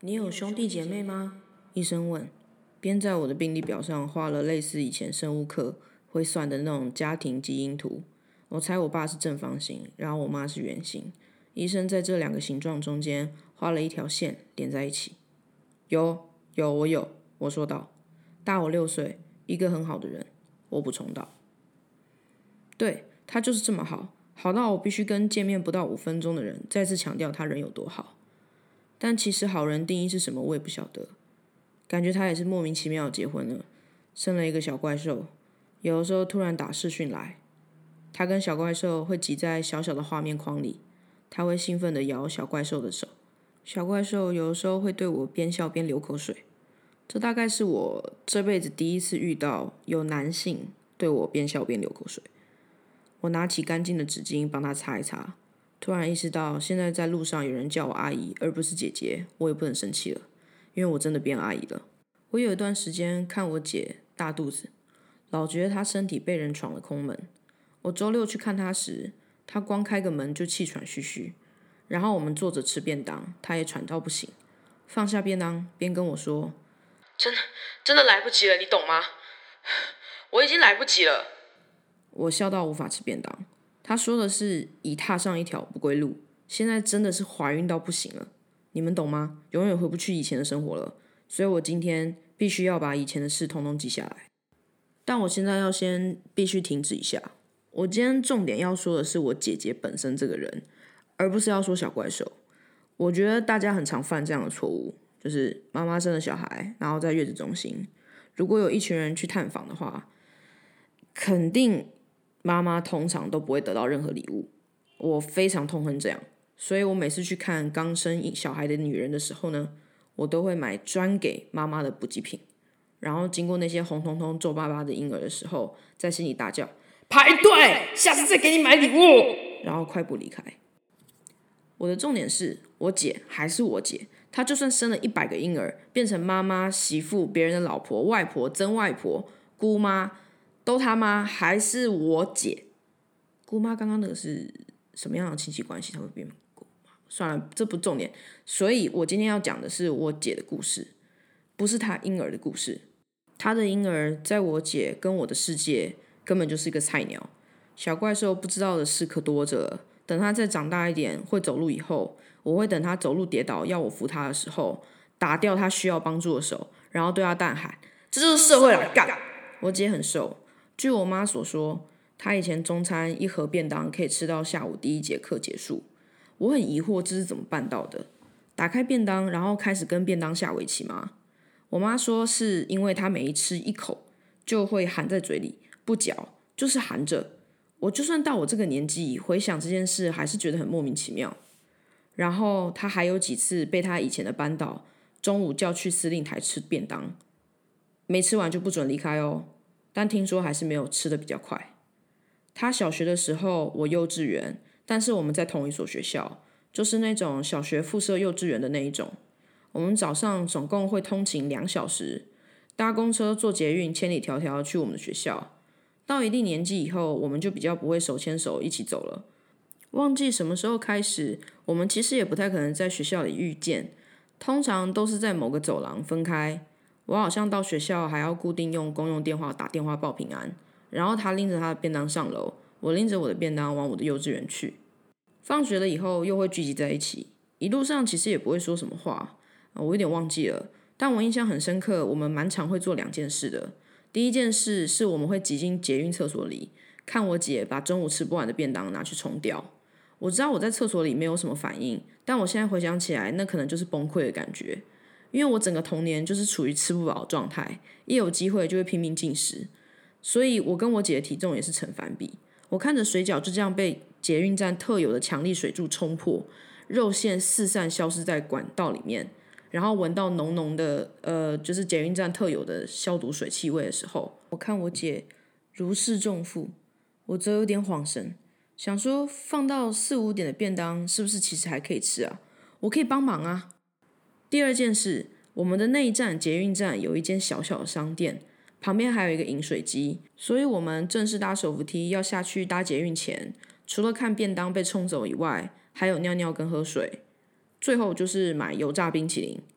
你有兄弟姐妹吗？医生问，边在我的病历表上画了类似以前生物课会算的那种家庭基因图。我猜我爸是正方形，然后我妈是圆形。医生在这两个形状中间画了一条线，连在一起。有，我有，我说道。大我6岁，一个很好的人，我补充道。对，他就是这么好，好到我必须跟见面不到5分钟的人再次强调他人有多好。但其实好人定义是什么，我也不晓得。感觉他也是莫名其妙地结婚了，生了一个小怪兽。有的时候突然打视讯来，他跟小怪兽会挤在小小的画面框里，他会兴奋地摇小怪兽的手，小怪兽有的时候会对我边笑边流口水。这大概是我这辈子第一次遇到有男性对我边笑边流口水。我拿起干净的纸巾帮他擦一擦，突然意识到现在在路上有人叫我阿姨而不是姐姐，我也不能生气了，因为我真的变阿姨了。我有一段时间看我姐大肚子，老觉得她身体被人闯了空门。我周6去看她时，她光开个门就气喘吁吁，然后我们坐着吃便当，她也喘到不行，放下便当边跟我说，真的来不及了，你懂吗？我已经来不及了。我笑到无法吃便当。他说的是已踏上一条不归路，现在真的是怀孕到不行了，你们懂吗？永远回不去以前的生活了，所以我今天必须要把以前的事统统记下来。但我现在要先必须停止一下，我今天重点要说的是我姐姐本身这个人，而不是要说小怪兽。我觉得大家很常犯这样的错误，就是妈妈生了小孩，然后在月子中心，如果有一群人去探访的话，肯定妈妈通常都不会得到任何礼物。我非常痛恨这样，所以我每次去看刚生小孩的女人的时候呢，我都会买专给妈妈的补给品，然后经过那些红彤彤皱巴巴的婴儿的时候，在心里大叫排队，下次再给你买礼物，然后快步离开。我的重点是我姐还是我姐，她就算生了100个婴儿，变成妈妈、媳妇、别人的老婆、外婆、曾外婆、姑妈，都他妈还是我姐。姑妈刚刚那个是什么样的亲戚关系？她会变姑妈？算了，这不重点。所以我今天要讲的是我姐的故事，不是她婴儿的故事。她的婴儿在我姐跟我的世界根本就是一个菜鸟，小怪兽不知道的事可多着了。等他再长大一点会走路以后，我会等他走路跌倒要我扶他的时候，打掉他需要帮助的手，然后对他大喊，这就是社会了，干！我姐很瘦，据我妈所说，她以前中餐1盒便当可以吃到下午第1节课结束。我很疑惑这是怎么办到的，打开便当然后开始跟便当下围棋吗？我妈说是因为她每一吃1口就会含在嘴里，不嚼，就是含着。我就算到我这个年纪回想这件事还是觉得很莫名其妙。然后他还有几次被他以前的班导中午叫去司令台吃便当，没吃完就不准离开哦，但听说还是没有吃的比较快。他小学的时候我幼稚园，但是我们在同一所学校，就是那种小学附设幼稚园的那一种。我们早上总共会通勤2小时，搭公车坐捷运千里迢迢去我们的学校。到一定年纪以后，我们就比较不会手牵手一起走了。忘记什么时候开始，我们其实也不太可能在学校里遇见，通常都是在某个走廊分开。我好像到学校还要固定用公用电话打电话报平安，然后他拎着他的便当上楼，我拎着我的便当往我的幼稚园去。放学了以后又会聚集在一起，一路上其实也不会说什么话，我有点忘记了，但我印象很深刻，我们蛮常会做2件事的。第一件事是我们会挤进捷运厕所里，看我姐把中午吃不完的便当拿去冲掉。我知道我在厕所里没有什么反应，但我现在回想起来，那可能就是崩溃的感觉。因为我整个童年就是处于吃不饱的状态，一有机会就会拼命进食，所以我跟我姐的体重也是成反比。我看着水饺就这样被捷运站特有的强力水柱冲破，肉馅四散消失在管道里面，然后闻到浓浓的就是捷运站特有的消毒水气味的时候，我看我姐如释重负，我则有点恍神，想说放到4、5点的便当是不是其实还可以吃啊？我可以帮忙啊。第二件事，我们的那一站捷运站有一间小小的商店，旁边还有一个饮水机，所以我们正式搭手扶梯要下去搭捷运前，除了看便当被冲走以外，还有尿尿跟喝水，最后就是买油炸冰淇淋。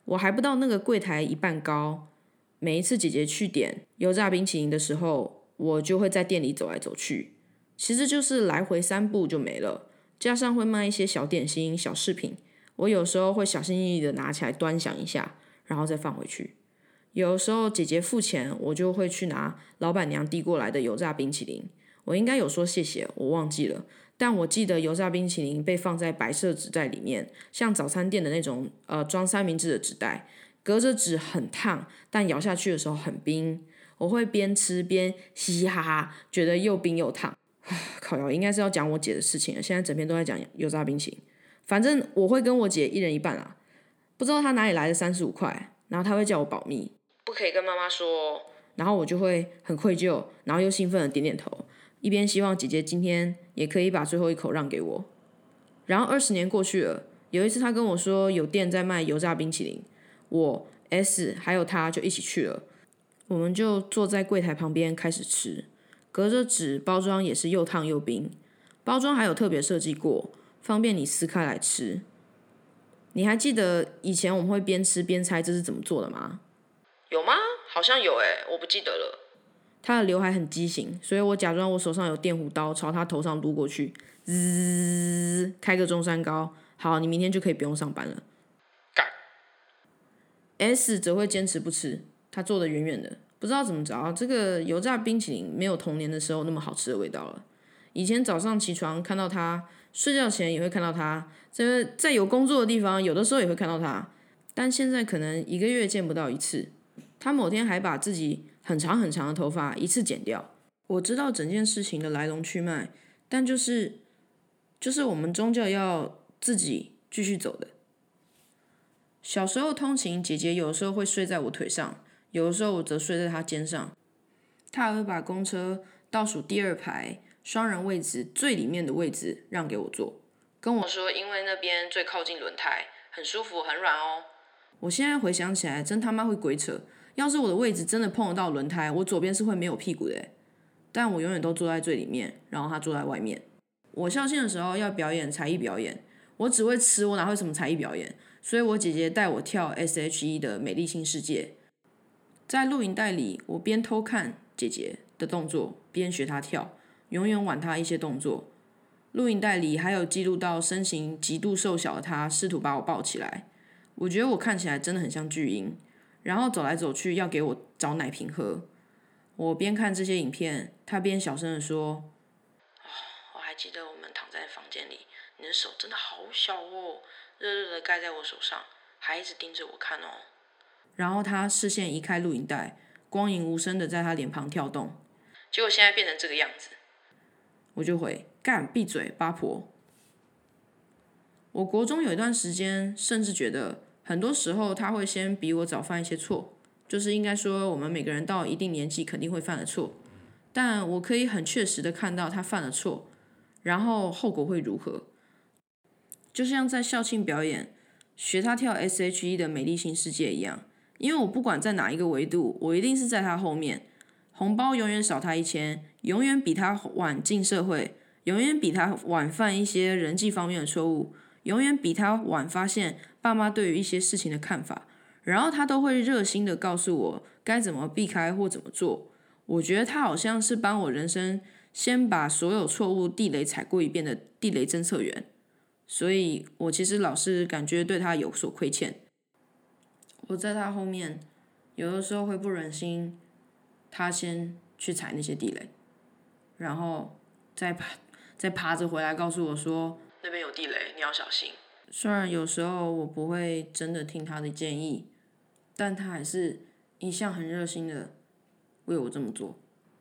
我还不到那个柜台一半高，每一次姐姐去点油炸冰淇淋的时候，我就会在店里走来走去，其实就是来回3步就没了，加上会卖一些小点心、小饰品，我有时候会小心翼翼的拿起来端详一下，然后再放回去。有时候姐姐付钱，我就会去拿老板娘递过来的油炸冰淇淋。我应该有说谢谢，我忘记了。但我记得油炸冰淇淋被放在白色纸袋里面，像早餐店的那种装三明治的纸袋，隔着纸很烫，但咬下去的时候很冰。我会边吃边嘻嘻哈哈，觉得又冰又烫。靠腰，应该是要讲我姐的事情了，现在整篇都在讲油炸冰淇淋。反正我会跟我姐一人一半啊，不知道她哪里来的35块，然后她会叫我保密，不可以跟妈妈说。然后我就会很愧疚，然后又兴奋的点点头，一边希望姐姐今天也可以把最后一口让给我。然后20年过去了，有一次她跟我说有店在卖油炸冰淇淋，我 S 还有她就一起去了。我们就坐在柜台旁边开始吃，隔着纸，包装也是又烫又冰，包装还有特别设计过，方便你撕开来吃。你还记得以前我们会边吃边猜这是怎么做的吗？有吗？好像有我不记得了。他的刘海很畸形，所以我假装我手上有电弧刀朝他头上撸过去，滋，开个中山高。好，你明天就可以不用上班了。干。S 则会坚持不吃，他坐得远远的，不知道怎么着，这个油炸冰淇淋没有童年的时候那么好吃的味道了。以前早上起床看到他，睡觉前也会看到他，在有工作的地方，有的时候也会看到他，但现在可能1个月见不到一次。他某天还把自己很长很长的头发一次剪掉。我知道整件事情的来龙去脉，但就是我们终究要自己继续走的。小时候通勤，姐姐有时候会睡在我腿上，有的时候我则睡在她肩上。她还会把公车倒数第2排双人位置最里面的位置让给我坐，跟我说因为那边最靠近轮胎，很舒服很软哦。我现在回想起来真他妈会鬼扯，要是我的位置真的碰得到轮胎，我左边是会没有屁股的。但我永远都坐在最里面，然后他坐在外面。我校庆的时候要表演才艺表演，我只会吃，我哪会什么才艺表演？所以我姐姐带我跳 SHE 的美丽新世界。在录影带里，我边偷看姐姐的动作，边学她跳，永远晚她一些动作。录影带里还有记录到身形极度瘦小的她试图把我抱起来，我觉得我看起来真的很像巨婴，然后走来走去要给我找奶瓶喝。我边看这些影片，她边小声的说：“我还记得我们躺在房间里，你的手真的好小哦，热热的盖在我手上，还一直盯着我看哦。”然后她视线移开录影带，光影无声的在她脸庞跳动。结果现在变成这个样子，我就回：“干，闭嘴，八婆。”我国中有一段时间，甚至觉得很多时候他会先比我早犯一些错，就是应该说我们每个人到一定年纪肯定会犯的错，但我可以很确实的看到他犯了错，然后后果会如何。就像在校庆表演学他跳 SHE 的美丽新世界一样，因为我不管在哪一个维度，我一定是在他后面，红包永远少他1000，永远比他晚进社会，永远比他晚犯一些人际方面的错误，永远比他晚发现爸妈对于一些事情的看法，然后他都会热心的告诉我该怎么避开或怎么做。我觉得他好像是帮我人生先把所有错误地雷踩过一遍的地雷侦测员，所以我其实老是感觉对他有所亏欠。我在他后面，有的时候会不忍心他先去踩那些地雷，然后再爬着回来告诉我说那边有地雷，你要小心。虽然有时候我不会真的听他的建议，但他还是一向很热心的为我这么做。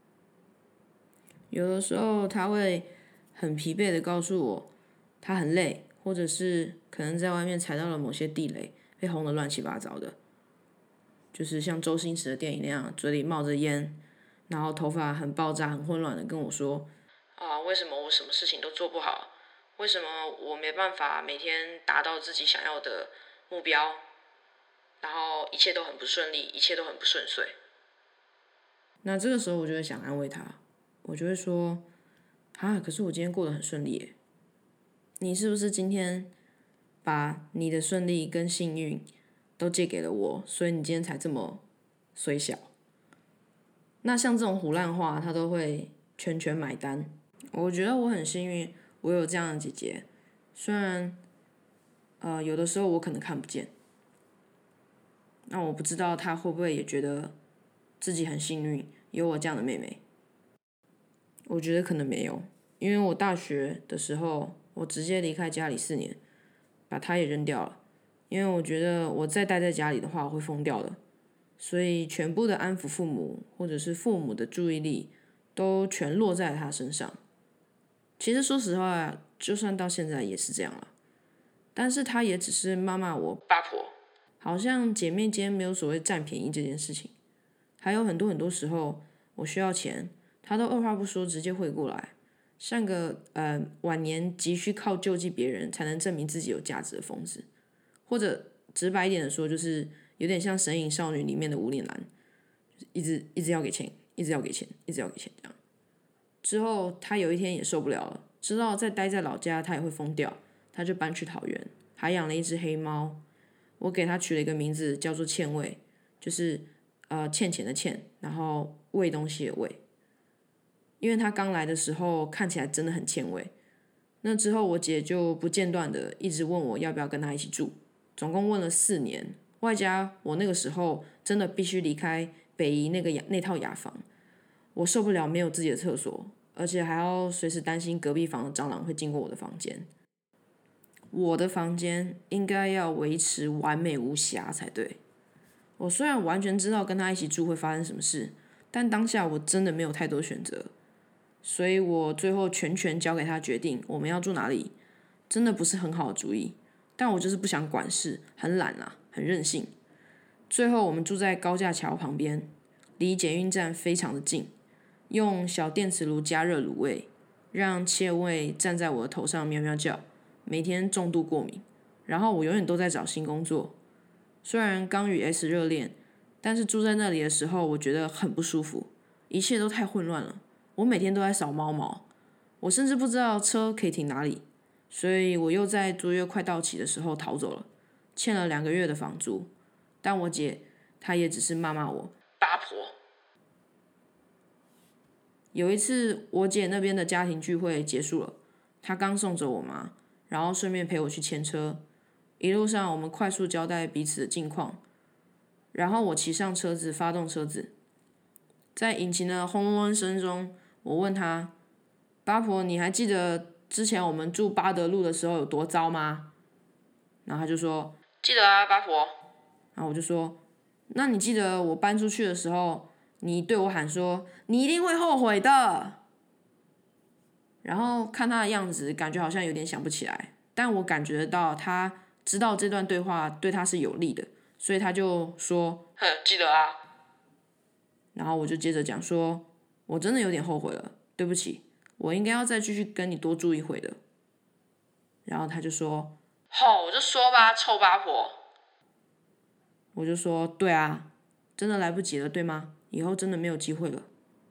有的时候他会很疲惫的告诉我他很累，或者是可能在外面踩到了某些地雷，被轰得乱七八糟的，就是像周星驰的电影那样，嘴里冒着烟，然后头发很爆炸很混乱的跟我说为什么我什么事情都做不好，为什么我没办法每天达到自己想要的目标，然后一切都很不顺利，一切都很不顺遂。那这个时候我就会想安慰他，我就会说可是我今天过得很顺利耶，你是不是今天把你的顺利跟幸运都借给了我，所以你今天才这么衰小。那像这种唬烂话，他都会全买单。我觉得我很幸运，我有这样的姐姐。虽然有的时候我可能看不见，那我不知道她会不会也觉得自己很幸运，有我这样的妹妹。我觉得可能没有，因为我大学的时候，我直接离开家里4年，把她也扔掉了。因为我觉得我再待在家里的话，我会疯掉的。所以全部的安抚父母，或者是父母的注意力，都全落在她身上。其实说实话，就算到现在也是这样了。但是她也只是骂骂我八婆，好像姐妹间没有所谓占便宜这件事情。还有很多时候，我需要钱，她都二话不说直接汇过来，像个晚年急需靠救济别人才能证明自己有价值的疯子。或者直白一点的说，就是有点像《神隐少女》里面的无脸男，就是一直要给钱，一直要给钱，一直要给钱这样。之后他有一天也受不了了，知道再待在老家他也会疯掉，他就搬去桃园，还养了一只黑猫。我给他取了一个名字叫做倩味，就是欠钱的欠，然后喂东西的喂。因为他刚来的时候看起来真的很欠喂。那之后我姐就不间断的一直问我要不要跟他一起住，总共问了4年，外加我那个时候真的必须离开北宜那套雅房，我受不了没有自己的厕所，而且还要随时担心隔壁房的蟑螂会经过我的房间。我的房间应该要维持完美无瑕才对。我虽然完全知道跟他一起住会发生什么事，但当下我真的没有太多选择，所以我最后全权交给他决定我们要住哪里。真的不是很好的主意，但我就是不想管事，很懒啊，很任性。最后我们住在高架桥旁边，离捷运站非常的近，用小电磁炉加热卤味，让切味站在我的头上喵喵叫，每天重度过敏。然后我永远都在找新工作，虽然刚与 S 热恋，但是住在那里的时候我觉得很不舒服，一切都太混乱了。我每天都在扫猫毛，我甚至不知道车可以停哪里，所以我又在租约快到期的时候逃走了，欠了2个月的房租。但我姐她也只是骂骂我八婆。有一次我姐那边的家庭聚会结束了，她刚送走我妈，然后顺便陪我去牵车。一路上我们快速交代彼此的近况，然后我骑上车子发动车子，在引擎的轰隆隆声中，我问她：八婆，你还记得之前我们住巴德路的时候有多糟吗？然后她就说：记得啊，八婆。然后我就说：那你记得我搬出去的时候，你对我喊说你一定会后悔的。然后看他的样子，感觉好像有点想不起来，但我感觉得到他知道这段对话对他是有利的，所以他就说：哼，记得啊。然后我就接着讲说：我真的有点后悔了，对不起，我应该要再继续跟你多住一会的。然后他就说：我就说吧，臭八婆。我就说：对啊，真的来不及了，对吗？以后真的没有机会了。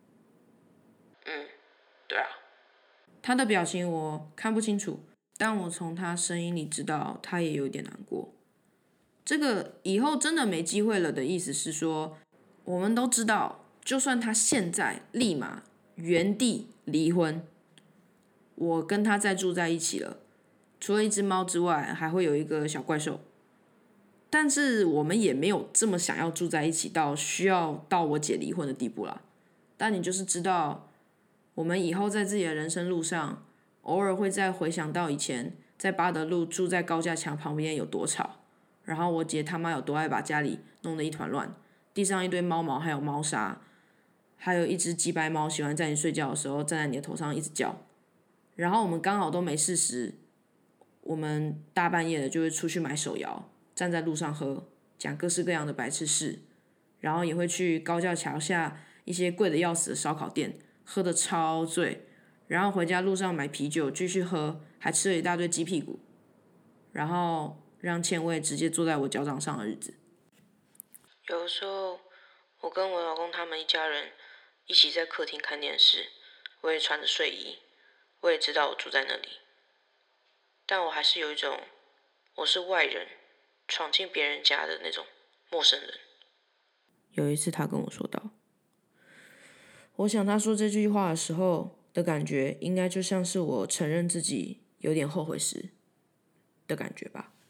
对啊。他的表情我看不清楚，但我从他声音里知道他也有点难过。这个以后真的没机会了的意思是说，我们都知道，就算他现在立马原地离婚，我跟他再住在一起了，除了一只猫之外，还会有一个小怪兽。但是我们也没有这么想要住在一起到需要到我姐离婚的地步啦。但你就是知道，我们以后在自己的人生路上，偶尔会再回想到以前在巴德路住在高架墙旁边有多吵，然后我姐他妈有多爱把家里弄得一团乱，地上一堆猫毛还有猫砂，还有一只鸡白猫喜欢在你睡觉的时候站在你的头上一直叫。然后我们刚好都没事时，我们大半夜的就会出去买手摇，站在路上喝，讲各式各样的白痴事，然后也会去高架桥下一些贵的要死的烧烤店，喝得超醉，然后回家路上买啤酒继续喝，还吃了一大堆鸡屁股，然后让倩味直接坐在我脚掌上的日子。有的时候，我跟我老公他们一家人一起在客厅看电视，我也穿着睡衣，我也知道我住在那里，但我还是有一种我是外人闯进别人家的那种陌生人。有一次他跟我说道，我想他说这句话的时候的感觉，应该就像是我承认自己有点后悔时的感觉吧。